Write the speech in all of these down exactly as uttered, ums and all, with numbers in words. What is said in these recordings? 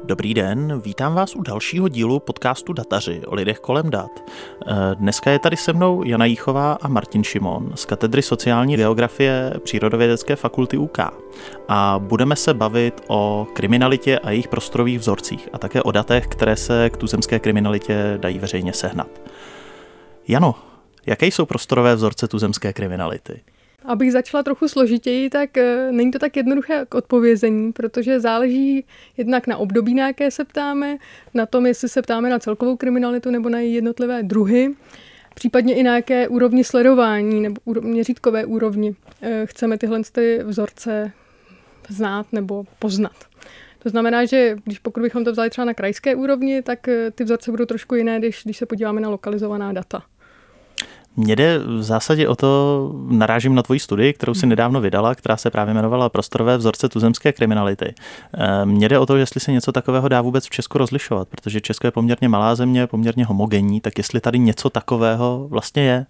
Dobrý den, vítám vás u dalšího dílu podcastu Dataři o lidech kolem dat. Dneska je tady se mnou Jana Jíchová a Martin Šimon z katedry sociální geografie Přírodovědecké fakulty U K. A budeme se bavit o kriminalitě a jejich prostorových vzorcích a také o datech, které se k tuzemské kriminalitě dají veřejně sehnat. Jano, jaké jsou prostorové vzorce tuzemské kriminality? Abych začala trochu složitěji, tak není to tak jednoduché k odpovězení, protože záleží jednak na období, na jaké se ptáme, na tom, jestli se ptáme na celkovou kriminalitu nebo na její jednotlivé druhy, případně i na jaké úrovni sledování nebo měřítkové úrovni chceme tyhle ty vzorce znát nebo poznat. To znamená, že když pokud bychom to vzali třeba na krajské úrovni, tak ty vzorce budou trošku jiné, když, když se podíváme na lokalizovaná data. Mně jde v zásadě o to, narážím na tvoji studii, kterou si nedávno vydala, která se právě jmenovala Prostorové vzorce tuzemské kriminality. Mně jde o to, jestli se něco takového dá vůbec v Česku rozlišovat, protože Česko je poměrně malá země, poměrně homogenní, tak jestli tady něco takového vlastně je.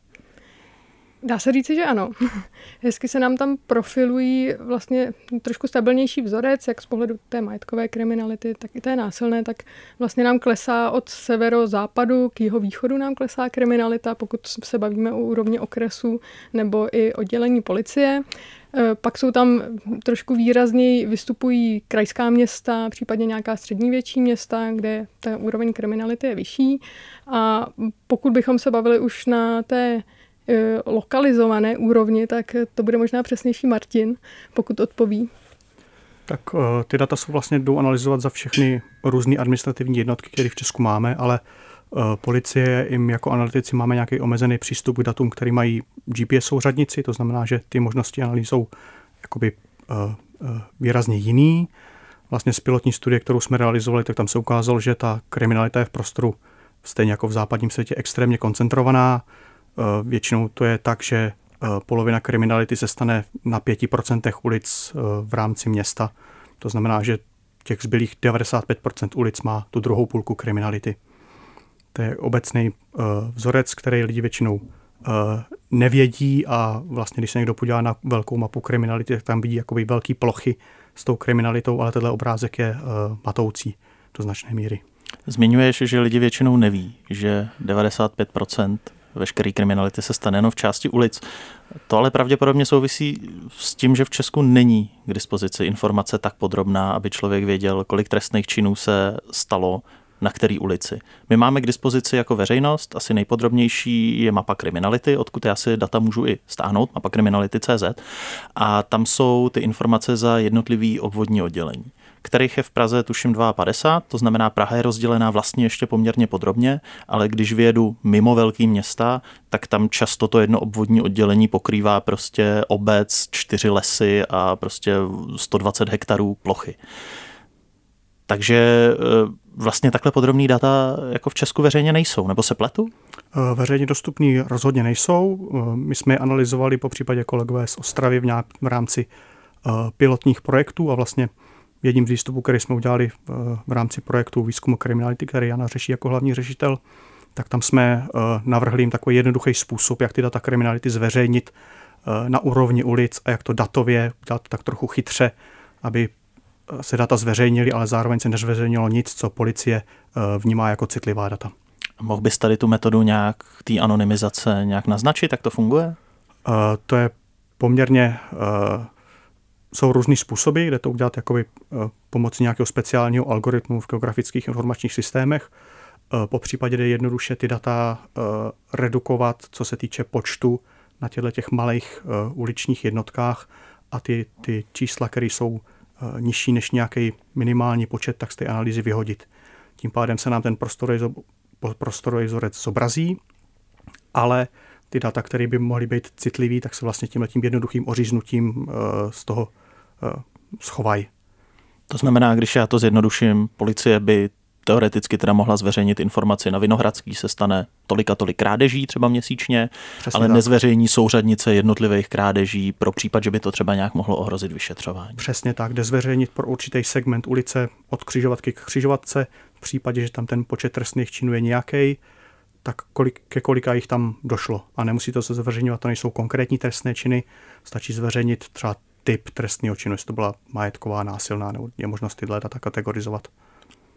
Dá se říci, že ano. Hezky se nám tam profilují vlastně trošku stabilnější vzorec, jak z pohledu té majetkové kriminality, tak i té násilné, tak vlastně nám klesá od severozápadu k jihovýchodu nám klesá kriminalita, pokud se bavíme o úrovni okresu nebo i oddělení policie. Pak jsou tam trošku výrazněji vystupují krajská města, případně nějaká střední větší města, kde ta úroveň kriminality je vyšší. A pokud bychom se bavili už na té lokalizované úrovni, tak to bude možná přesnější Martin, pokud odpoví. Tak ty data jsou vlastně jdou analyzovat za všechny různé administrativní jednotky, které v Česku máme, ale policie jim jako analytici máme nějaký omezený přístup k datům, které mají G P S souřadnici, to znamená, že ty možnosti analýzy jsou jakoby výrazně jiný. Vlastně z pilotní studie, kterou jsme realizovali, tak tam se ukázalo, že ta kriminalita je v prostoru stejně jako v západním světě extrémně koncentrovaná. Většinou to je tak, že polovina kriminality se stane na pěti procentech ulic v rámci města. To znamená, že těch zbylých devadesát pět procent ulic má tu druhou půlku kriminality. To je obecný vzorec, který lidi většinou nevědí a vlastně, když se někdo podívá na velkou mapu kriminality, tak tam vidí jakoby velký plochy s tou kriminalitou, ale tenhle obrázek je matoucí do značné míry. Zmiňuješ, že lidi většinou neví, že devadesát pět procent veškerý kriminality se stane jenom v části ulic. To ale pravděpodobně souvisí s tím, že v Česku není k dispozici informace tak podrobná, aby člověk věděl, kolik trestných činů se stalo na který ulici. My máme k dispozici jako veřejnost, asi nejpodrobnější je mapa kriminality, odkud já si data můžu i stáhnout, mapa kriminality tečka cé zet, a tam jsou ty informace za jednotlivý obvodní oddělení, kterých je v Praze tuším padesát dva, to znamená Praha je rozdělená vlastně ještě poměrně podrobně, ale když vyjedu mimo velký města, tak tam často to jedno obvodní oddělení pokrývá prostě obec, čtyři lesy a prostě sto dvacet hektarů plochy. Takže vlastně takhle podrobný data jako v Česku veřejně nejsou, nebo se pletu? Veřejně dostupný rozhodně nejsou. My jsme je analyzovali po případě kolegové z Ostravy v, nějak, v rámci pilotních projektů a vlastně jedním z výstupů, který jsme udělali v rámci projektu výzkumu kriminality, který Jana řeší jako hlavní řešitel, tak tam jsme navrhli jim takový jednoduchý způsob, jak ty data kriminality zveřejnit na úrovni ulic a jak to datově udělat tak trochu chytře, aby se data zveřejnily, ale zároveň se nezveřejnilo nic, co policie vnímá jako citlivá data. Mohl bys tady tu metodu nějak té anonymizace nějak naznačit, jak to funguje? Uh, to je poměrně, uh, jsou různý způsoby, kde to udělat jakoby uh, pomocí nějakého speciálního algoritmu v geografických informačních systémech. Uh, po případě jde jednoduše ty data uh, redukovat, co se týče počtu na těchto těch malých uh, uličních jednotkách a ty, ty čísla, které jsou nižší než nějaký minimální počet, tak z té analýzy vyhodit. Tím pádem se nám ten prostorový, prostorový vzorec zobrazí, ale ty data, které by mohly být citlivý, tak se vlastně tímhletím jednoduchým oříznutím z toho schovají. To znamená, když já to zjednoduším, policie by teoreticky teda mohla zveřejnit informaci na Vinohradský, se stane tolik a tolik krádeží třeba měsíčně, přesně ale tak. Nezveřejní souřadnice jednotlivých krádeží pro případ, že by to třeba nějak mohlo ohrozit vyšetřování. Přesně tak, jde zveřejnit pro určitý segment ulice od křižovatky k křižovatce, v případě, že tam ten počet trestných činů je nějaký, tak kolik, ke kolika jich tam došlo. A nemusí to se zveřejňovat, to nejsou konkrétní trestné činy, stačí zveřejnit třeba typ trestného činu, jestli to byla majetková, násilná, nebo je možnost tyhle data kategorizovat.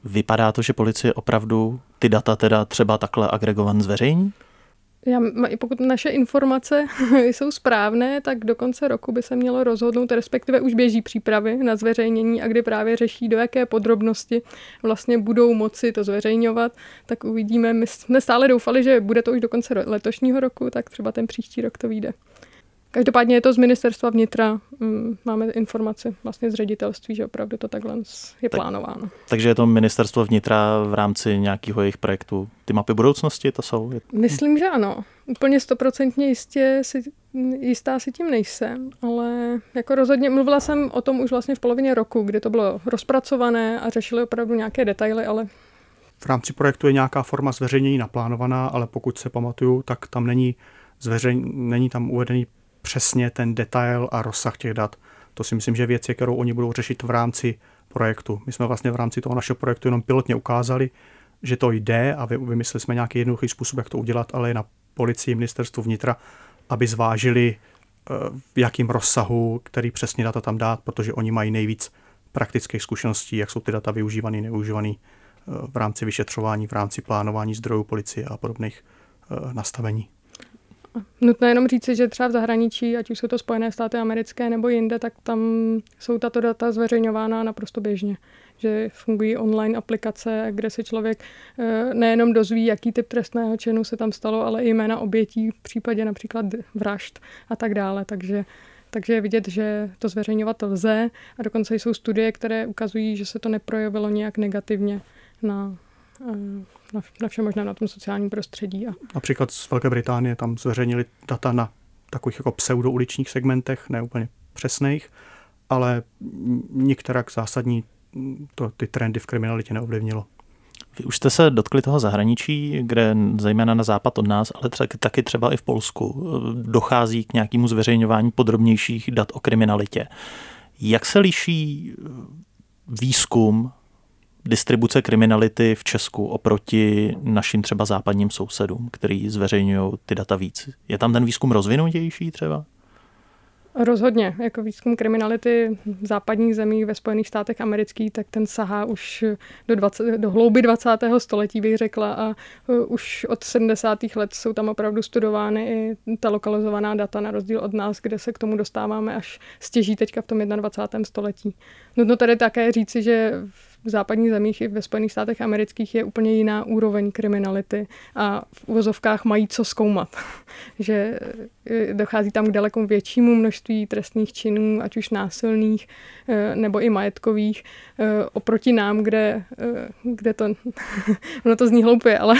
Vypadá to, že policie opravdu ty data teda třeba takhle agregovaně zveřejní? Já, pokud naše informace jsou správné, tak do konce roku by se mělo rozhodnout, respektive už běží přípravy na zveřejnění a kdy právě řeší, do jaké podrobnosti vlastně budou moci to zveřejňovat, tak uvidíme. My jsme stále doufali, že bude to už do konce letošního roku, tak třeba ten příští rok to vyjde. Každopádně je to z ministerstva vnitra, máme informace vlastně z ředitelství, že opravdu to takhle je tak, plánováno. Takže je to ministerstvo vnitra v rámci nějakého jejich projektu. Ty mapy budoucnosti to jsou? Myslím, že ano. Úplně stoprocentně jistě si, jistá si tím nejsem, ale jako rozhodně mluvila jsem o tom už vlastně v polovině roku, kdy to bylo rozpracované a řešili opravdu nějaké detaily, ale... V rámci projektu je nějaká forma zveřejnění naplánovaná, ale pokud se pamatuju, tak tam není, zveřejň, není tam uvedený přesně ten detail a rozsah těch dat. To si myslím, že věc je, kterou oni budou řešit v rámci projektu. My jsme vlastně v rámci toho našeho projektu jenom pilotně ukázali, že to jde a vymysleli jsme nějaký jednoduchý způsob, jak to udělat, ale je na policii, ministerstvu vnitra, aby zvážili, v jakým rozsahu, který přesně data tam dát, protože oni mají nejvíc praktických zkušeností, jak jsou ty data využívaný, nevyužívaný v rámci vyšetřování, v rámci plánování zdrojů policie a podobných nastavení. Nutno jenom říci, že třeba v zahraničí, ať už jsou to Spojené státy americké nebo jinde, tak tam jsou tato data zveřejňována naprosto běžně. Že fungují online aplikace, kde se člověk nejenom dozví, jaký typ trestného činu se tam stalo, ale i jména obětí v případě například vražd a tak dále. Takže, takže je vidět, že to zveřejňovat lze a dokonce jsou studie, které ukazují, že se to neprojevilo nějak negativně na... Na, na všem možná na tom sociálním prostředí. A... Například z Velké Británie tam zveřejnili data na takových jako pseudouličních segmentech, ne úplně přesných, ale některak zásadní to ty trendy v kriminalitě neovlivnilo. Vy už jste se dotkli toho zahraničí, kde zejména na západ od nás, ale třeba, taky třeba i v Polsku dochází k nějakému zveřejňování podrobnějších dat o kriminalitě. Jak se liší výzkum distribuce kriminality v Česku oproti našim třeba západním sousedům, který zveřejňují ty data víc? Je tam ten výzkum rozvinutější třeba? Rozhodně. Jako výzkum kriminality v západních zemích ve Spojených státech amerických, tak ten sahá už do, dvacet, do hlouby dvacátého století, bych řekla, a už od sedmdesátých let jsou tam opravdu studovány i ta lokalizovaná data, na rozdíl od nás, kde se k tomu dostáváme až stěží teďka v tom dvacátém prvním století. Nutno tady také říci, že v západních zemích i ve Spojených státech amerických je úplně jiná úroveň kriminality a v uvozovkách mají co zkoumat. Že dochází tam k daleko většímu množství trestných činů, ať už násilných nebo i majetkových, oproti nám, kde, kde to, ono to zní hloupě, ale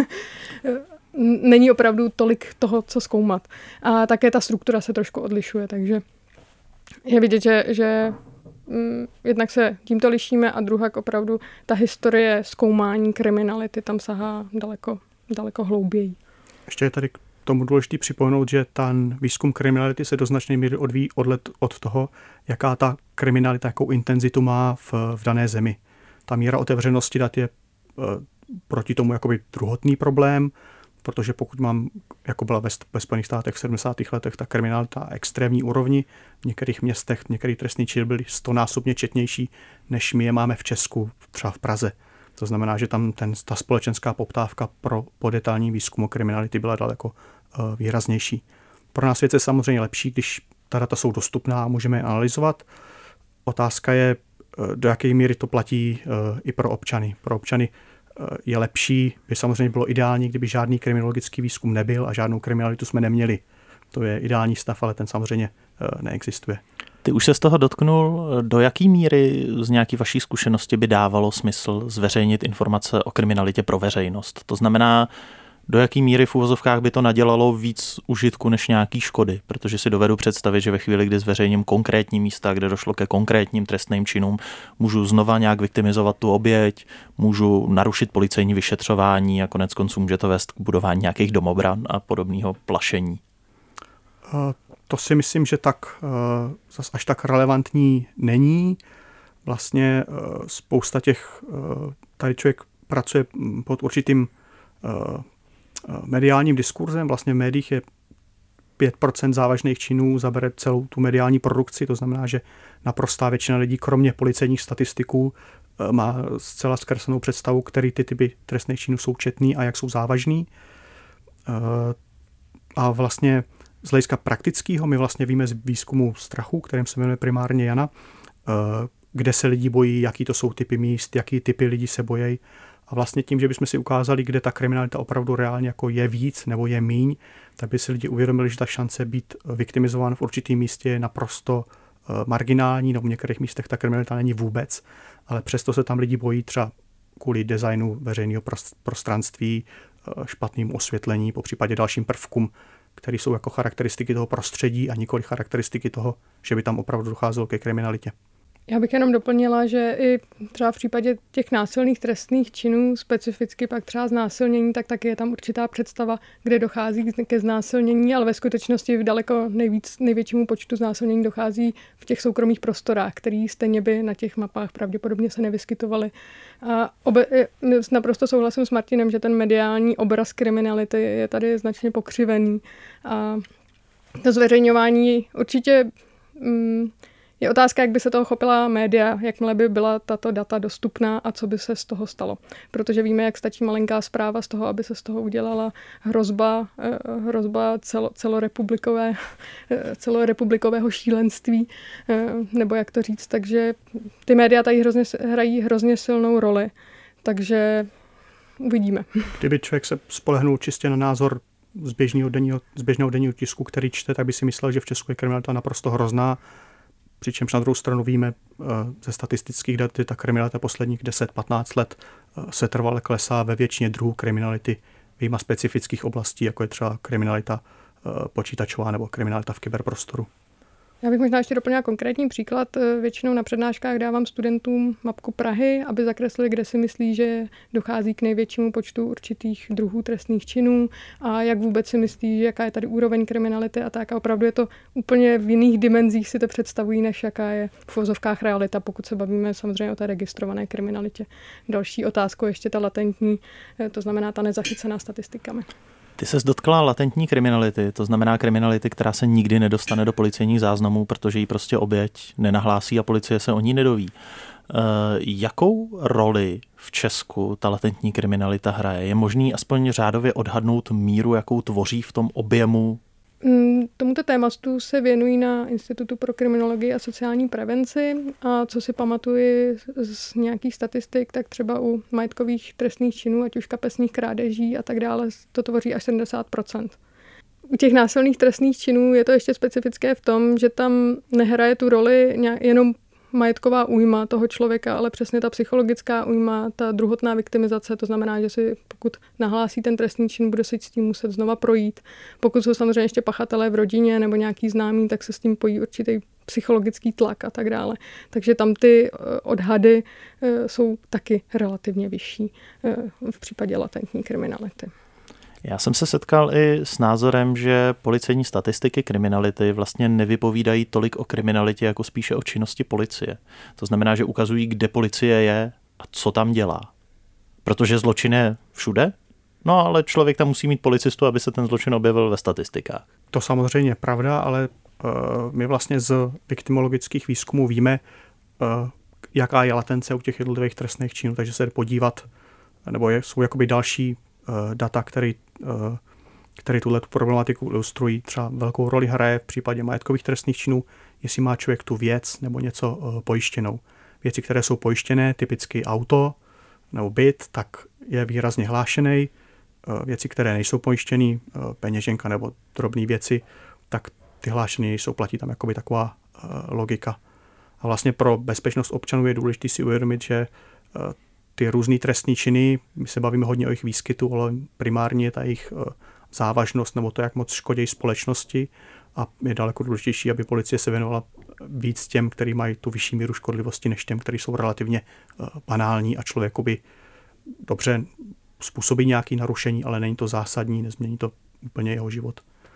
není opravdu tolik toho, co zkoumat. A také ta struktura se trošku odlišuje, takže je vidět, že, že jednak se tímto lišíme a druhak opravdu ta historie zkoumání kriminality tam sahá daleko, daleko hlouběji. Ještě je tady k tomu důležité připomenout, že ten výzkum kriminality se do značné míry odvíjí od, od toho, jaká ta kriminalita, jakou intenzitu má v, v dané zemi. Ta míra otevřenosti dat je e, proti tomu jakoby druhotný problém, protože pokud mám, jako byla ve, ve Spojených státech v sedmdesátých letech, ta kriminalita na extrémní úrovni, v některých městech, v některých trestní činy byly stonásobně četnější, než my je máme v Česku, třeba v Praze. To znamená, že tam ten, ta společenská poptávka pro po detailní výzkum kriminality byla daleko uh, výraznější. Pro nás věc je samozřejmě lepší, když ta data jsou dostupná a můžeme je analyzovat. Otázka je, uh, do jaké míry to platí uh, i pro občany. Pro občany je lepší, by samozřejmě bylo ideální, kdyby žádný kriminologický výzkum nebyl a žádnou kriminalitu jsme neměli. To je ideální stav, ale ten samozřejmě neexistuje. Ty už se z toho dotknul, do jaký míry z nějaký vaší zkušenosti by dávalo smysl zveřejnit informace o kriminalitě pro veřejnost? To znamená, do jaký míry v uvozovkách by to nadělalo víc užitku než nějaký škody, protože si dovedu představit, že ve chvíli, kdy zveřejním konkrétní místa, kde došlo ke konkrétním trestným činům, můžu znova nějak viktimizovat tu oběť, můžu narušit policejní vyšetřování a konec konců může to vést k budování nějakých domobran a podobného plašení. To si myslím, že tak zas až tak relevantní není. Vlastně spousta těch, tady člověk pracuje pod určitým mediálním diskurzem. Vlastně v médiích je pět procent závažných činů zabere celou tu mediální produkci, to znamená, že naprostá většina lidí, kromě policejních statistiků, má zcela zkreslenou představu, který ty typy trestných činů jsou četný a jak jsou závažný. A vlastně z hlediska praktického my vlastně víme z výzkumu strachu, kterým se jmenuje primárně Jana, kde se lidi bojí, jaký to jsou typy míst, jaký typy lidí se bojí. A vlastně tím, že bychom si ukázali, kde ta kriminalita opravdu reálně jako je víc nebo je míň, tak by si lidi uvědomili, že ta šance být viktimizován v určitém místě je naprosto marginální, no v některých místech ta kriminalita není vůbec, ale přesto se tam lidi bojí třeba kvůli designu veřejného prostranství, špatným osvětlení, po případě dalším prvkům, které jsou jako charakteristiky toho prostředí a nikoli charakteristiky toho, že by tam opravdu docházelo ke kriminalitě. Já bych jenom doplnila, že i třeba v případě těch násilných trestných činů, specificky pak třeba znásilnění, tak taky je tam určitá představa, kde dochází ke znásilnění, ale ve skutečnosti v daleko nejvíc, největšímu počtu znásilnění dochází v těch soukromých prostorách, který stejně by na těch mapách pravděpodobně se nevyskytovaly. A obe, naprosto souhlasím s Martinem, že ten mediální obraz kriminality je tady značně pokřivený. A to zveřejňování určitě... Mm, Je otázka, jak by se toho chopila média, jakmile by byla tato data dostupná a co by se z toho stalo. Protože víme, jak stačí malinká zpráva z toho, aby se z toho udělala hrozba, hrozba celo, celorepublikové, celorepublikového šílenství, nebo jak to říct. Takže ty média tady hrozně, hrají hrozně silnou roli. Takže uvidíme. Kdyby člověk se spolehnul čistě na názor z běžného denního, z běžného denního tisku, který čte, tak by si myslel, že v Česku je kriminalita naprosto hrozná. Přičemž na druhou stranu víme ze statistických dat, že ta kriminalita posledních deset patnáct let se trvale klesá ve většině druhů kriminality vyjma specifických oblastí, jako je třeba kriminalita počítačová nebo kriminalita v kyberprostoru. Já bych možná ještě doplnila konkrétní příklad. Většinou na přednáškách dávám studentům mapku Prahy, aby zakreslili, kde si myslí, že dochází k největšímu počtu určitých druhů trestných činů a jak vůbec si myslí, že jaká je tady úroveň kriminality a tak. A opravdu je to úplně v jiných dimenzích si to představují, než jaká je v uvozovkách realita, pokud se bavíme samozřejmě o té registrované kriminalitě. Další otázkou ještě ta latentní, to znamená ta nezachycená statistikami. Ty ses dotkla latentní kriminality, to znamená kriminality, která se nikdy nedostane do policejních záznamů, protože ji prostě oběť nenahlásí a policie se o ní nedoví. E, jakou roli v Česku ta latentní kriminalita hraje? Je možný aspoň řádově odhadnout míru, jakou tvoří v tom objemu? Tomuto tématu se věnují na Institutu pro kriminologii a sociální prevenci a co si pamatuji z nějakých statistik, tak třeba u majetkových trestných činů, ať už kapesních krádeží a tak dále, to tvoří až sedmdesát procent. U těch násilných trestných činů je to ještě specifické v tom, že tam nehraje tu roli jenom majetková újma toho člověka, ale přesně ta psychologická újma, ta druhotná viktimizace, to znamená, že si pokud nahlásí ten trestný čin, bude se s tím muset znova projít. Pokud jsou samozřejmě ještě pachatelé v rodině nebo nějaký známý, tak se s tím pojí určitý psychologický tlak a tak dále. Takže tam ty odhady jsou taky relativně vyšší v případě latentní kriminality. Já jsem se setkal i s názorem, že policejní statistiky kriminality vlastně nevypovídají tolik o kriminalitě, jako spíše o činnosti policie. To znamená, že ukazují, kde policie je a co tam dělá. Protože zločin je všude, no ale člověk tam musí mít policistu, aby se ten zločin objevil ve statistikách. To samozřejmě je pravda, ale uh, my vlastně z viktimologických výzkumů víme, uh, jaká je latence u těch jednotlivých trestných činů, takže se podívat, nebo je, jsou jakoby další data, které, které tuhle problematiku ilustrují. Třeba velkou roli hraje v případě majetkových trestných činů, jestli má člověk tu věc nebo něco pojištěnou. Věci, které jsou pojištěné, typicky auto nebo byt, tak je výrazně hlášený. Věci, které nejsou pojištěné, peněženka nebo drobné věci, tak ty hlášené nejsou, platí tam jakoby taková logika. A vlastně pro bezpečnost občanů je důležité si uvědomit, že ty různý trestní činy, my se bavíme hodně o jejich výskytu, ale primárně ta jejich závažnost nebo to, jak moc škodí společnosti a je daleko důležitější, aby policie se věnovala víc těm, kteří mají tu vyšší míru škodlivosti, než těm, kteří jsou relativně banální a člověkovi dobře způsobí nějaké narušení, ale není to zásadní, nezmění to úplně jeho život.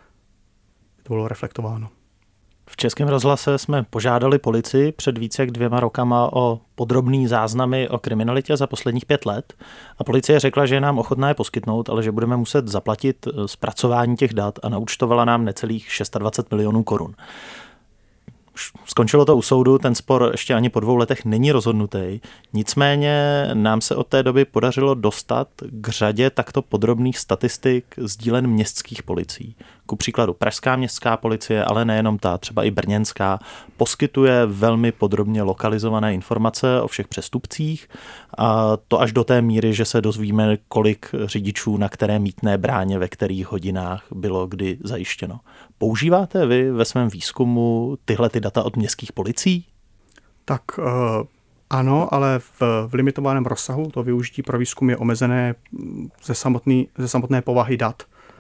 To bylo reflektováno. V Českém rozhlase jsme požádali policii před více jak dvěma rokama o podrobný záznamy o kriminalitě za posledních pět let a policie řekla, že je nám ochotná je poskytnout, ale že budeme muset zaplatit zpracování těch dat a naúčtovala nám necelých dvacet šest milionů korun. Skončilo to u soudu, ten spor ještě ani po dvou letech není rozhodnutý. Nicméně nám se od té doby podařilo dostat k řadě takto podrobných statistik sdílen městských policií. Ku příkladu pražská městská policie, ale nejenom ta, třeba i brněnská, poskytuje velmi podrobně lokalizované informace o všech přestupcích. A to až do té míry, že se dozvíme, kolik řidičů na které mýtné bráně, ve kterých hodinách bylo kdy zajištěno. Používáte vy ve svém výzkumu tyhle ty data od městských policií? Tak uh, ano, ale v, v limitovaném rozsahu. To využití pro výzkum je omezené ze, samotný, ze samotné povahy dat.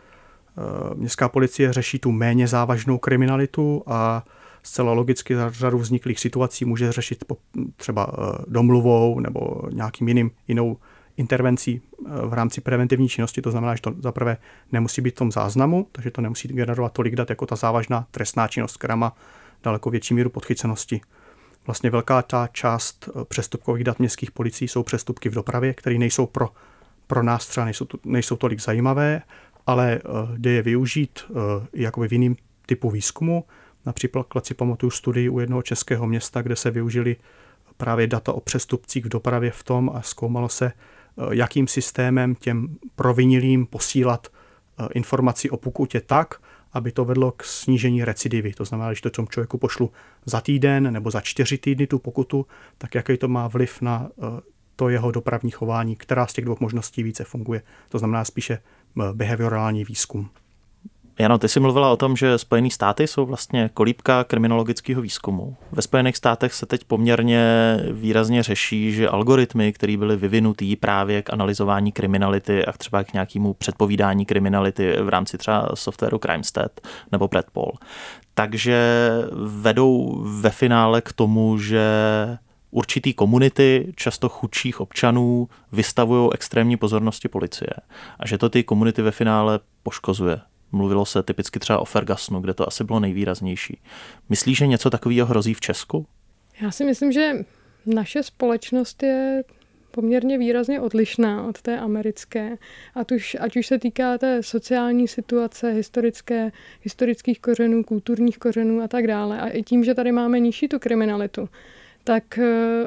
Uh, městská policie řeší tu méně závažnou kriminalitu a zcela logicky řadu vzniklých situací může řešit třeba domluvou nebo nějakým jiným, jinou intervencí v rámci preventivní činnosti. To znamená, že to zaprvé nemusí být v tom záznamu, takže to nemusí generovat tolik dat jako ta závažná trestná činnost, která má daleko větší míru podchycenosti. Vlastně velká ta část přestupkových dat městských policií jsou přestupky v dopravě, které nejsou pro, pro nás třeba nejsou, nejsou tolik zajímavé, ale jde je využít jakoby v jiným typu výzkumu. Například si pamatuju studii u jednoho českého města, kde se využili právě data o přestupcích v dopravě v tom a zkoumalo se, jakým systémem těm provinilým posílat informaci o pokutě tak, aby to vedlo k snížení recidivy. To znamená, že to tomu člověku pošlu za týden nebo za čtyři týdny tu pokutu, tak jaký to má vliv na to jeho dopravní chování, která z těch dvou možností více funguje. To znamená spíše behaviorální výzkum. Jano, ty jsi mluvila o tom, že Spojené státy jsou vlastně kolíbka kriminologického výzkumu. Ve Spojených státech se teď poměrně výrazně řeší, že algoritmy, které byly vyvinutý právě k analyzování kriminality a třeba k nějakému předpovídání kriminality v rámci třeba softwaru CrimeStat nebo Predpol, takže vedou ve finále k tomu, že určitý komunity, často chudších občanů, vystavují extrémní pozornosti policie a že to ty komunity ve finále poškozuje. Mluvilo se typicky třeba o Fergusonu, kde to asi bylo nejvýraznější. Myslíš, že něco takového hrozí v Česku? Já si myslím, že naše společnost je poměrně výrazně odlišná od té americké. Ať už, ať už se týká té sociální situace, historické, historických kořenů, kulturních kořenů a tak dále. A i tím, že tady máme nižší tu kriminalitu, tak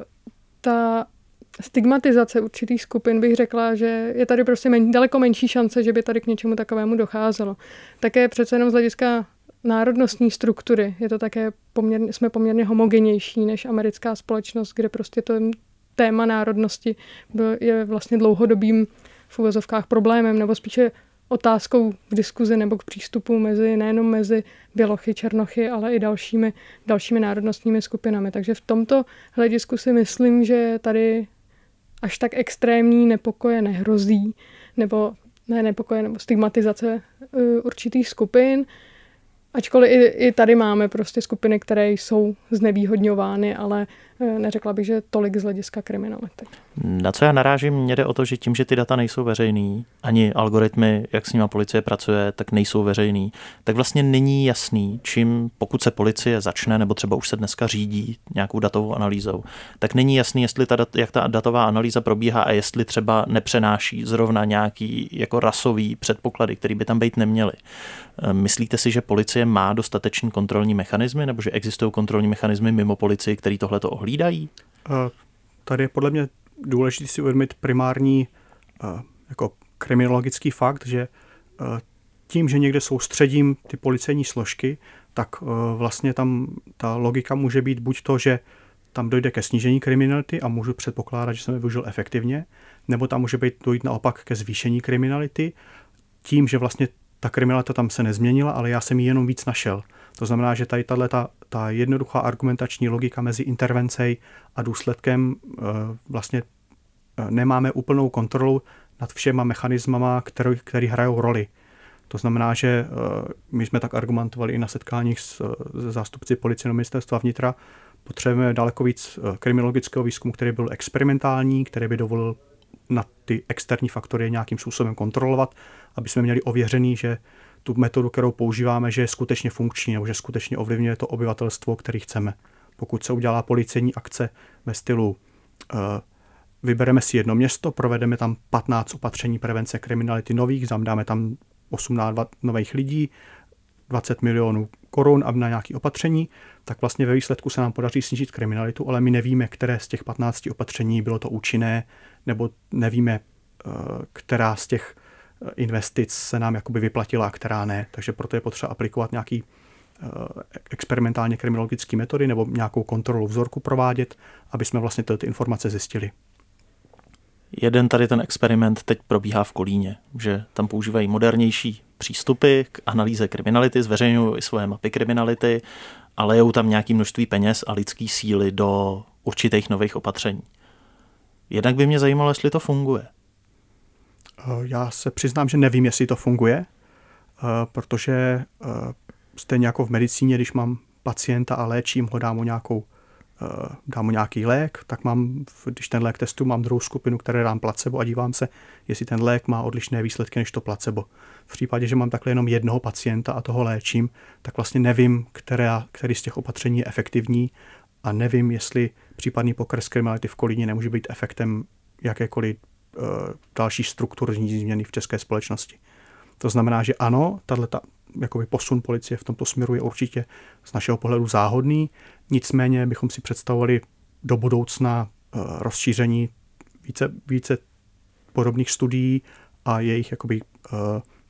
ta stigmatizace určitých skupin bych řekla, že je tady prostě men, daleko menší šance, že by tady k něčemu takovému docházelo. Také přece jenom z hlediska národnostní struktury je to také poměrně, jsme poměrně homogenější než americká společnost, kde prostě to téma národnosti je vlastně dlouhodobým v uvozovkách problémem, nebo spíše otázkou k diskuzi nebo k přístupu mezi, nejenom mezi bělochy, černochy, ale i dalšími, dalšími národnostními skupinami. Takže v tomto hledisku si myslím, že tady až tak extrémní nepokoje nehrozí, nebo ne nepokoje, nebo stigmatizace uh, určitých skupin. Ačkoliv i, i tady máme prostě skupiny, které jsou znevýhodňovány, ale neřekla bych, že tolik z hlediska kriminality. Na co já narážím, mně jde o to, že tím, že ty data nejsou veřejný, ani algoritmy, jak s nima policie pracuje, tak nejsou veřejný, tak vlastně není jasný, čím, pokud se policie začne, nebo třeba už se dneska řídí nějakou datovou analýzou, tak není jasný, jestli ta dat, jak ta datová analýza probíhá a jestli třeba nepřenáší zrovna nějaký jako rasový předpoklady, který by tam být neměly. Myslíte si, že policie má dostatečný kontrolní mechanismy, nebo že existují kontrolní mechanismy mimo policii, který tohle to ohlídají? Tady je podle mě důležité si uvědomit primární jako kriminologický fakt, že tím, že někde soustředím ty policejní složky, tak vlastně tam ta logika může být buď to, že tam dojde ke snížení kriminality a můžu předpokládat, že jsem je využil efektivně, nebo tam může být dojít naopak ke zvýšení kriminality tím, že vlastně ta kriminalita tam se nezměnila, ale já jsem ji jenom víc našel. To znamená, že tady tato, ta, ta jednoduchá argumentační logika mezi intervencí a důsledkem e, vlastně e, nemáme úplnou kontrolu nad všema mechanismama, který, který hrajou roli. To znamená, že e, my jsme tak argumentovali i na setkáních s, s zástupci policie a ministerstva vnitra. Potřebujeme daleko víc kriminologického výzkumu, který byl experimentální, který by dovolil na ty externí faktory nějakým způsobem kontrolovat, aby jsme měli ověřený, že tu metodu, kterou používáme, že je skutečně funkční nebo že skutečně ovlivňuje to obyvatelstvo, který chceme. Pokud se udělá policejní akce ve stylu uh, vybereme si jedno město, provedeme tam patnáct opatření prevence kriminality nových, zadáme tam osmnáct nových lidí, dvacet milionů korun na nějaké opatření, tak vlastně ve výsledku se nám podaří snížit kriminalitu, ale my nevíme, které z těch patnácti opatření bylo to účinné, nebo nevíme, která z těch investic se nám jakoby vyplatila a která ne. Takže proto je potřeba aplikovat nějaký experimentálně kriminologické metody nebo nějakou kontrolu vzorku provádět, aby jsme vlastně tyto informace zjistili. Jeden tady ten experiment teď probíhá v Kolíně, že tam používají modernější přístupy k analýze kriminality, zveřejňují i svoje mapy kriminality a lejou tam nějaké množství peněz a lidský síly do určitých nových opatření. Jednak by mě zajímalo, jestli to funguje. Já se přiznám, že nevím, jestli to funguje, protože stejně jako v medicíně, když mám pacienta a léčím ho, dám mu, nějakou, dám mu nějaký lék, tak mám, když ten lék testu, mám druhou skupinu, které dám placebo a dívám se, jestli ten lék má odlišné výsledky než to placebo. V případě, že mám takhle jenom jednoho pacienta a toho léčím, tak vlastně nevím, která, který z těch opatření je efektivní a nevím, jestli případný pokles kriminality v Kolíně nemůže být efektem jakékoliv uh, další strukturní změny v české společnosti. To znamená, že ano, tato jakoby posun policie v tomto směru je určitě z našeho pohledu záhodný, nicméně bychom si představovali do budoucna uh, rozšíření více, více podobných studií a jejich jakoby, uh,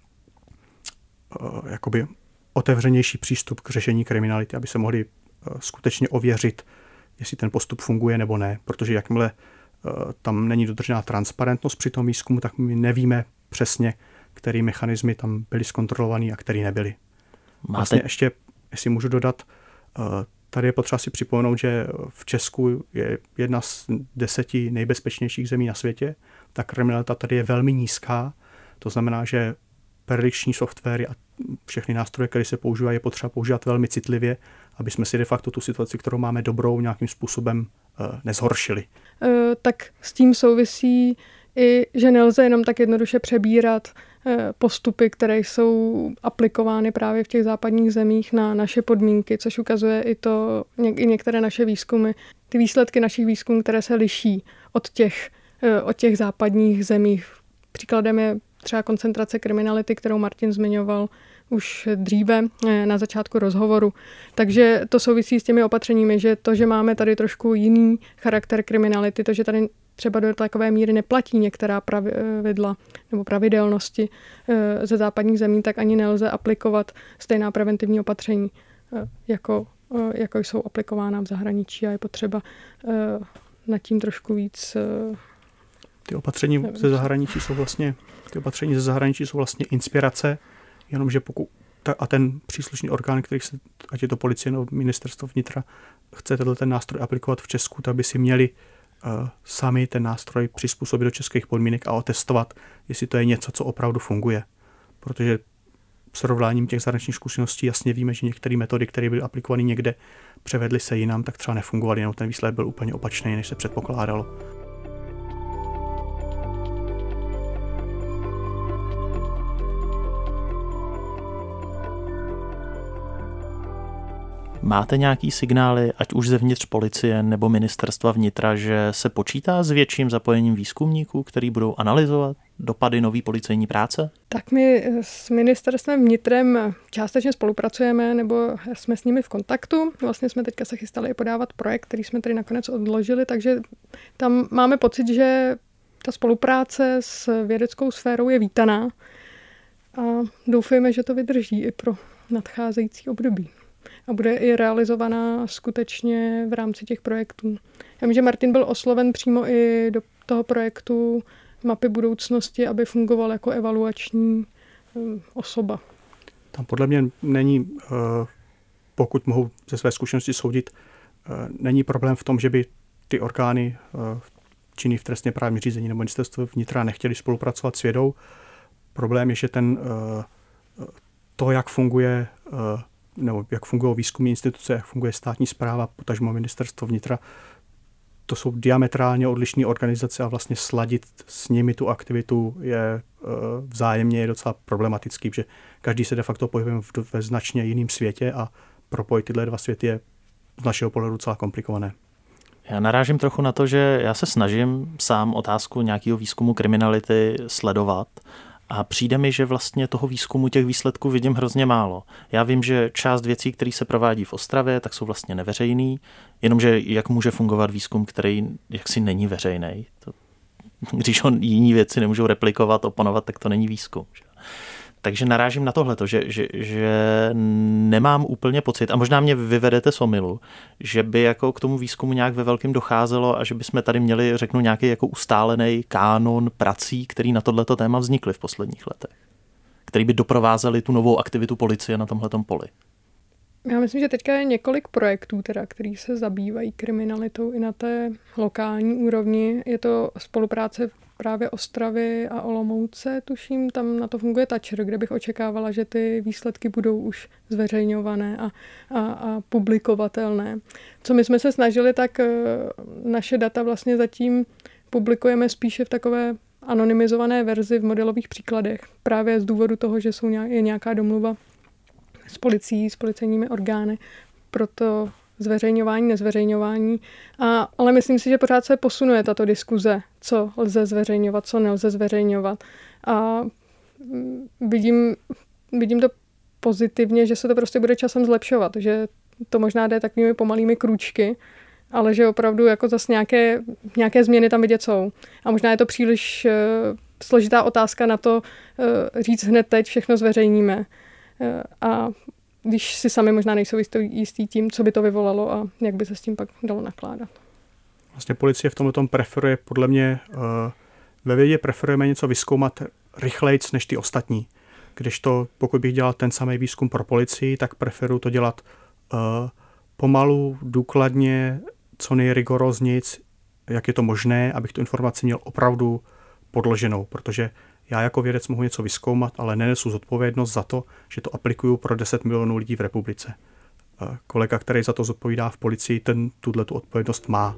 uh, jakoby otevřenější přístup k řešení kriminality, aby se mohli uh, skutečně ověřit, jestli ten postup funguje nebo ne, protože jakmile uh, tam není dodržená transparentnost při tom výzkumu, tak my nevíme přesně, který mechanismy tam byly zkontrolovaný a který nebyly. Máte... Vlastně ještě, jestli můžu dodat, tady je potřeba si připomenout, že v Česku je jedna z deseti nejbezpečnějších zemí na světě. Ta kriminalita tady je velmi nízká, to znamená, že predikční softwary a všechny nástroje, které se používají, je potřeba používat velmi citlivě, aby jsme si de facto tu situaci, kterou máme dobrou, nějakým způsobem nezhoršili. E, tak s tím souvisí i, že nelze jenom tak jednoduše přebírat postupy, které jsou aplikovány právě v těch západních zemích na naše podmínky, což ukazuje i to, i některé naše výzkumy, ty výsledky našich výzkumů, které se liší od těch, od těch západních zemí. Příkladem je třeba koncentrace kriminality, kterou Martin zmiňoval už dříve na začátku rozhovoru. Takže to souvisí s těmi opatřeními, že to, že máme tady trošku jiný charakter kriminality, to, že tady třeba do takové míry neplatí některá pravidla nebo pravidelnosti ze západních zemí, tak ani nelze aplikovat stejná preventivní opatření, jako, jako jsou aplikována v zahraničí a je potřeba nad tím trošku víc. Ty opatření ze zahraničí jsou vlastně, ty opatření ze zahraničí jsou vlastně inspirace, jenomže pokud a ten příslušný orgán, který se, ať je to policie nebo ministerstvo vnitra, chce tenhle ten nástroj aplikovat v Česku, tak by si měli uh, sami ten nástroj přizpůsobit do českých podmínek a otestovat, jestli to je něco, co opravdu funguje. Protože srovnáním těch zahraničních zkušeností jasně víme, že některé metody, které byly aplikované někde, převedly se jinam, tak třeba nefungovaly, nebo ten výsledek byl úplně opačný, než se předpokládalo. Máte nějaký signály, ať už zevnitř policie nebo ministerstva vnitra, že se počítá s větším zapojením výzkumníků, který budou analyzovat dopady nové policejní práce? Tak my s ministerstvem vnitrem částečně spolupracujeme, nebo jsme s nimi v kontaktu. Vlastně jsme teďka se chystali podávat projekt, který jsme tady nakonec odložili, takže tam máme pocit, že ta spolupráce s vědeckou sférou je vítaná a doufujeme, že to vydrží i pro nadcházející období. A bude i realizovaná skutečně v rámci těch projektů. Já vím, že Martin byl osloven přímo i do toho projektu Mapy budoucnosti, aby fungoval jako evaluační osoba. Tam podle mě není, pokud mohu ze své zkušenosti soudit, není problém v tom, že by ty orgány činný v trestně právním řízení nebo ministerstvo vnitra nechtěli spolupracovat s vědou. Problém je, že ten, to, jak funguje nebo jak fungují výzkumní instituce, jak funguje státní správa, potažmo ministerstvo vnitra, to jsou diametrálně odlišné organizace a vlastně sladit s nimi tu aktivitu je vzájemně je docela problematický, protože každý se de facto pohybuje ve značně jiném světě a propojit tyhle dva světy je z našeho pohledu docela komplikované. Já narážím trochu na to, že já se snažím sám otázku nějakého výzkumu kriminality sledovat A přijde mi, že vlastně toho výzkumu, těch výsledků vidím hrozně málo. Já vím, že část věcí, které se provádí v Ostravě, tak jsou vlastně neveřejný, jenomže jak může fungovat výzkum, který jaksi není veřejný. To, když on jiní věci nemůžou replikovat, oponovat, tak to není výzkum. Že? Takže narážím na tohleto, že, že, že nemám úplně pocit, a možná mě vyvedete z omylu, že by jako k tomu výzkumu nějak ve velkém docházelo a že bychom tady měli, řeknu, nějaký jako ustálený kánon prací, který na tohleto téma vznikly v posledních letech, který by doprovázely tu novou aktivitu policie na tomhletom poli. Já myslím, že teďka je několik projektů, teda, který se zabývají kriminalitou i na té lokální úrovni. Je to spolupráce právě Ostravy a Olomouce, tuším, tam na to funguje Toucher, kde bych očekávala, že ty výsledky budou už zveřejňované a, a, a publikovatelné. Co my jsme se snažili, tak naše data vlastně zatím publikujeme spíše v takové anonymizované verzi v modelových příkladech. Právě z důvodu toho, že jsou nějak, je nějaká domluva s policií, s policejními orgány, proto zveřejňování, nezveřejňování. A, ale myslím si, že pořád se posunuje tato diskuze, co lze zveřejňovat, co nelze zveřejňovat. A vidím, vidím to pozitivně, že se to prostě bude časem zlepšovat, že to možná jde takovými pomalými krůčky, ale že opravdu jako zase nějaké, nějaké změny tam vidět jsou. A možná je to příliš uh, složitá otázka na to uh, říct hned teď, všechno zveřejníme. Uh, a když si sami možná nejsou jistý, jistý tím, co by to vyvolalo a jak by se s tím pak dalo nakládat. Vlastně policie v tomhle tom preferuje, podle mě, uh, ve vědě preferujeme něco vyzkoumat rychlejc než ty ostatní. Kdežto, pokud bych dělal ten samý výzkum pro policii, tak preferuju to dělat uh, pomalu, důkladně, co nejrigoróznic, jak je to možné, abych tu informaci měl opravdu podloženou, protože já jako vědec mohu něco vyzkoumat, ale nenesu zodpovědnost za to, že to aplikuju pro deset milionů lidí v republice. Kolega, který za to zodpovídá v policii, ten tuto odpovědnost má.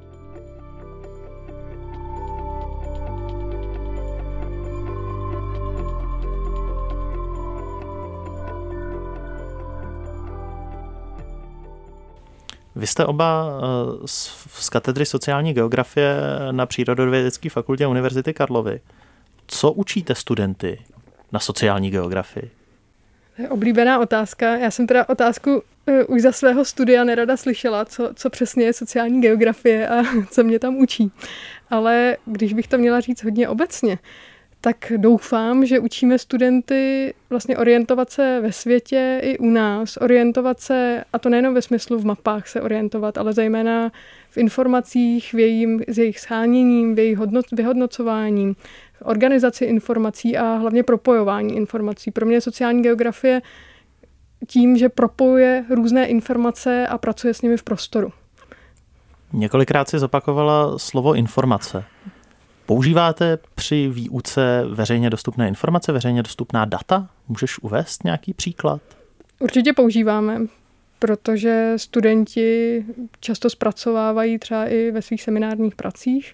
Vy jste oba z katedry sociální geografie na Přírodovědecké fakultě Univerzity Karlovy. Co učíte studenty na sociální geografii? To je oblíbená otázka. Já jsem teda otázku uh, už za svého studia nerada slyšela, co, co přesně je sociální geografie a co mě tam učí. Ale když bych to měla říct hodně obecně, tak doufám, že učíme studenty vlastně orientovat se ve světě i u nás, orientovat se, a to nejenom ve smyslu v mapách se orientovat, ale zejména v informacích, v jejím, s jejich sháněním, v jejich hodno, vyhodnocováním, organizaci informací a hlavně propojování informací. Pro mě je sociální geografie tím, že propojuje různé informace a pracuje s nimi v prostoru. Několikrát si zopakovala slovo informace. Používáte při výuce veřejně dostupné informace, veřejně dostupná data? Můžeš uvést nějaký příklad? Určitě používáme, protože studenti často zpracovávají třeba i ve svých seminárních pracích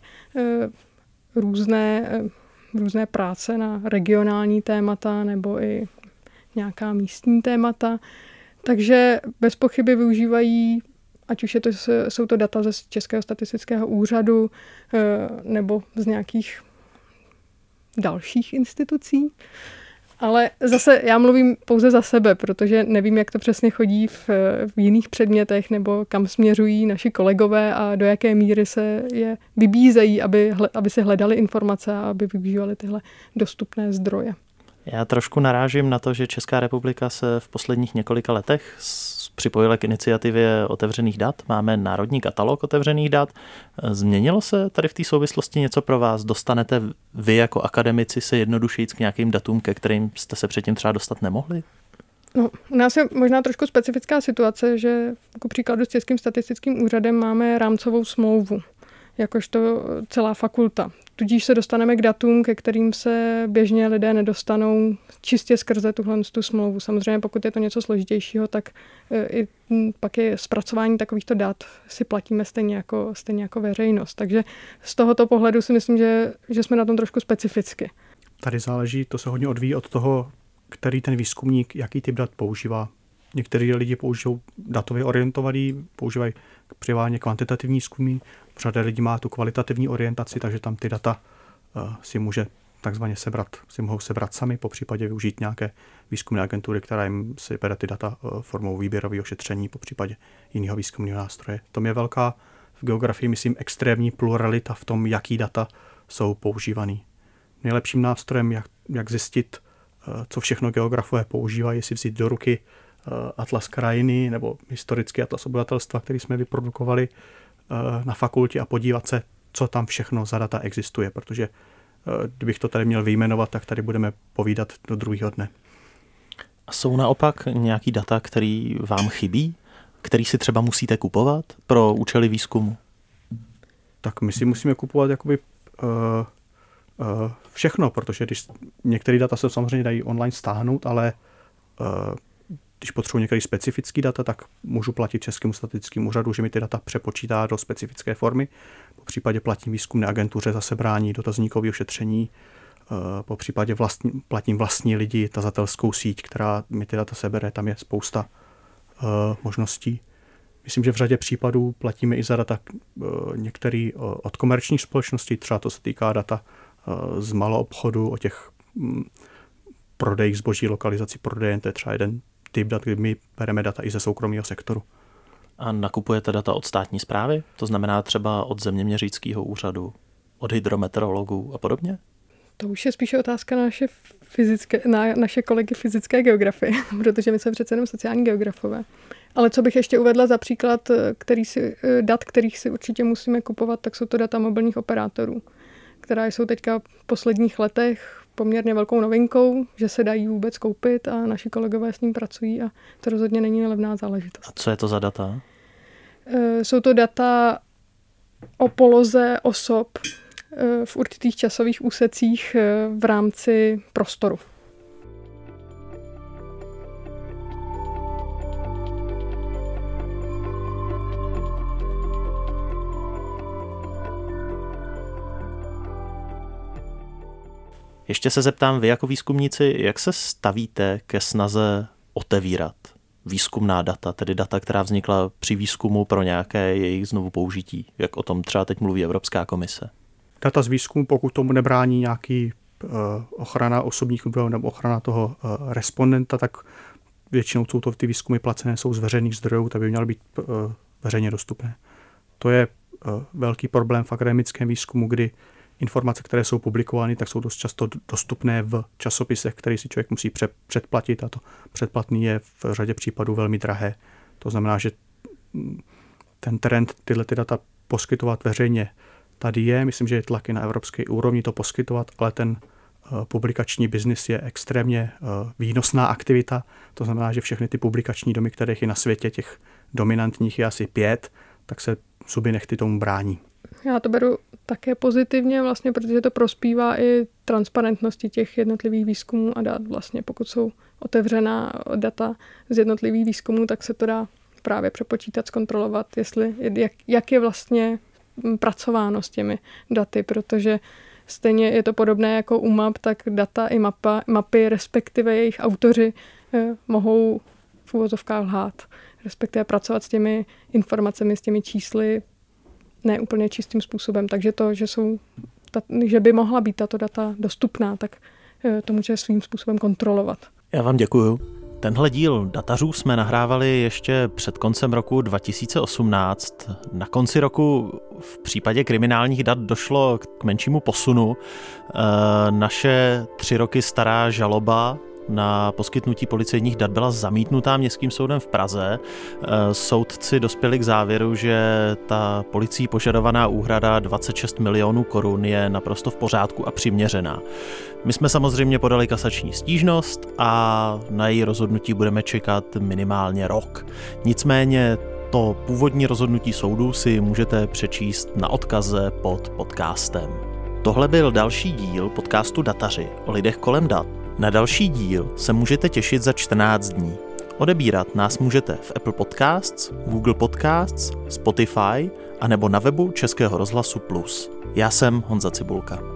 různé, různé práce na regionální témata nebo i nějaká místní témata. Takže bez pochyby využívají, ať už je to, jsou to data ze Českého statistického úřadu nebo z nějakých dalších institucí. Ale zase já mluvím pouze za sebe, protože nevím, jak to přesně chodí v, v jiných předmětech nebo kam směřují naši kolegové a do jaké míry se je vybízejí, aby, aby si hledali informace a aby využívali tyhle dostupné zdroje. Já trošku narážím na to, že Česká republika se v posledních několika letech připojila k iniciativě otevřených dat. Máme národní katalog otevřených dat. Změnilo se tady v té souvislosti něco pro vás? Dostanete vy jako akademici se jednodušeji k nějakým datům, ke kterým jste se předtím třeba dostat nemohli? No, u nás je možná trošku specifická situace, že jako příkladu s Českým statistickým úřadem máme rámcovou smlouvu, jakožto celá fakulta. Tudíž se dostaneme k datům, ke kterým se běžně lidé nedostanou čistě skrze tuhle tu smlouvu. Samozřejmě pokud je to něco složitějšího, tak i pak je zpracování takovýchto dat si platíme stejně jako, stejně jako veřejnost. Takže z tohoto pohledu si myslím, že, že jsme na tom trošku specificky. Tady záleží, to se hodně odvíjí od toho, který ten výzkumník, jaký typ dat používá. Někteří lidi používají datově orientovaný, používají převážně kvantitativní výzkumy, řada lidí má tu kvalitativní orientaci, takže tam ty data uh, si může takzvaně sebrat, si mohou sebrat sami, po případě využít nějaké výzkumné agentury, která jim si bere ty data formou výběrového šetření, po případě jiného výzkumného nástroje. To je velká v geografii, myslím, extrémní pluralita v tom, jaký data jsou používaný. Nejlepším nástrojem, jak, jak zjistit, co všechno geografové používají, jestli vzít do ruky atlas krajiny nebo historický atlas obyvatelstva, který jsme vyprodukovali na fakultě, a podívat se, co tam všechno za data existuje, protože kdybych to tady měl vyjmenovat, tak tady budeme povídat do druhého dne. A jsou naopak nějaký data, který vám chybí, který si třeba musíte kupovat pro účely výzkumu? Tak my si musíme kupovat jakoby uh, uh, všechno, protože když některé data se samozřejmě dají online stáhnout, ale uh, když potřebuji některé specifické data, tak můžu platit Českému statistickému úřadu, že mi ty data přepočítá do specifické formy. Po případě platím výzkumné agentuře za sebrání dotazníkového šetření, po případě vlastní, platím vlastní lidi, tazatelskou síť, která mi ty data sebere, tam je spousta uh, možností. Myslím, že v řadě případů platíme i za data uh, některý uh, od komerčních společností, třeba to se týká data uh, z maloobchodu, o těch um, prodejích zboží, lokalizaci prodejen, to je třeba jeden typ dat, kdy my bereme data i ze soukromého sektoru. A nakupujete data od státní správy? To znamená třeba od zeměměřického úřadu, od hydrometeorologů a podobně? To už je spíše otázka na naše, fyzické, na naše kolegy fyzické geografie, protože my jsme přece jenom sociální geografové. Ale co bych ještě uvedla za příklad který si, dat, kterých si určitě musíme kupovat, tak jsou to data mobilních operátorů, která jsou teďka v posledních letech poměrně velkou novinkou, že se dají vůbec koupit a naši kolegové s ním pracují a to rozhodně není levná záležitost. A co je to za data? Jsou to data o poloze osob v určitých časových úsecích v rámci prostoru. Ještě se zeptám, vy jako výzkumníci, jak se stavíte ke snaze otevírat výzkumná data, tedy data, která vznikla při výzkumu pro nějaké jejich znovu použití, jak o tom třeba teď mluví Evropská komise? Data z výzkumu, pokud tomu nebrání nějaký uh, ochrana osobních údajů nebo ochrana toho uh, respondenta, tak většinou jsou to ty výzkumy placené, jsou z veřejných zdrojů, tak by měly být uh, veřejně dostupné. To je uh, velký problém v akademickém výzkumu, kdy informace, které jsou publikovány, tak jsou dost často dostupné v časopisech, který si člověk musí předplatit, a to předplatný je v řadě případů velmi drahé. To znamená, že ten trend tyhle ty data poskytovat veřejně tady je, myslím, že je tlak i na evropské úrovni to poskytovat, ale ten uh, publikační biznis je extrémně uh, výnosná aktivita, to znamená, že všechny ty publikační domy, kterých je na světě, těch dominantních je asi pět, tak se zuby nechty tomu brání. Já to beru také pozitivně, vlastně, protože to prospívá i transparentnosti těch jednotlivých výzkumů a dat. Vlastně, pokud jsou otevřená data z jednotlivých výzkumů, tak se to dá právě přepočítat, zkontrolovat, jestli, jak, jak je vlastně pracováno s těmi daty, protože stejně je to podobné jako u map, tak data i mapa, mapy, respektive jejich autoři eh, mohou v uvozovkách lhát, respektive pracovat s těmi informacemi, s těmi čísly ne úplně čistým způsobem. Takže to, že, jsou, ta, že by mohla být tato data dostupná, tak eh, to může svým způsobem kontrolovat. Já vám děkuju. Tenhle díl Datařů jsme nahrávali ještě před koncem roku dva tisíce osmnáct. Na konci roku v případě kriminálních dat došlo k menšímu posunu. E, naše tři roky stará žaloba na poskytnutí policejních dat byla zamítnutá Městským soudem v Praze. Soudci dospěli k závěru, že ta policií požadovaná úhrada dvacet šest milionů korun je naprosto v pořádku a přiměřená. My jsme samozřejmě podali kasační stížnost a na její rozhodnutí budeme čekat minimálně rok. Nicméně to původní rozhodnutí soudu si můžete přečíst na odkaze pod podcastem. Tohle byl další díl podcastu Dataři o lidech kolem dat. Na další díl se můžete těšit za čtrnáct dní. Odebírat nás můžete v Apple Podcasts, Google Podcasts, Spotify a nebo na webu Českého rozhlasu Plus. Já jsem Honza Cibulka.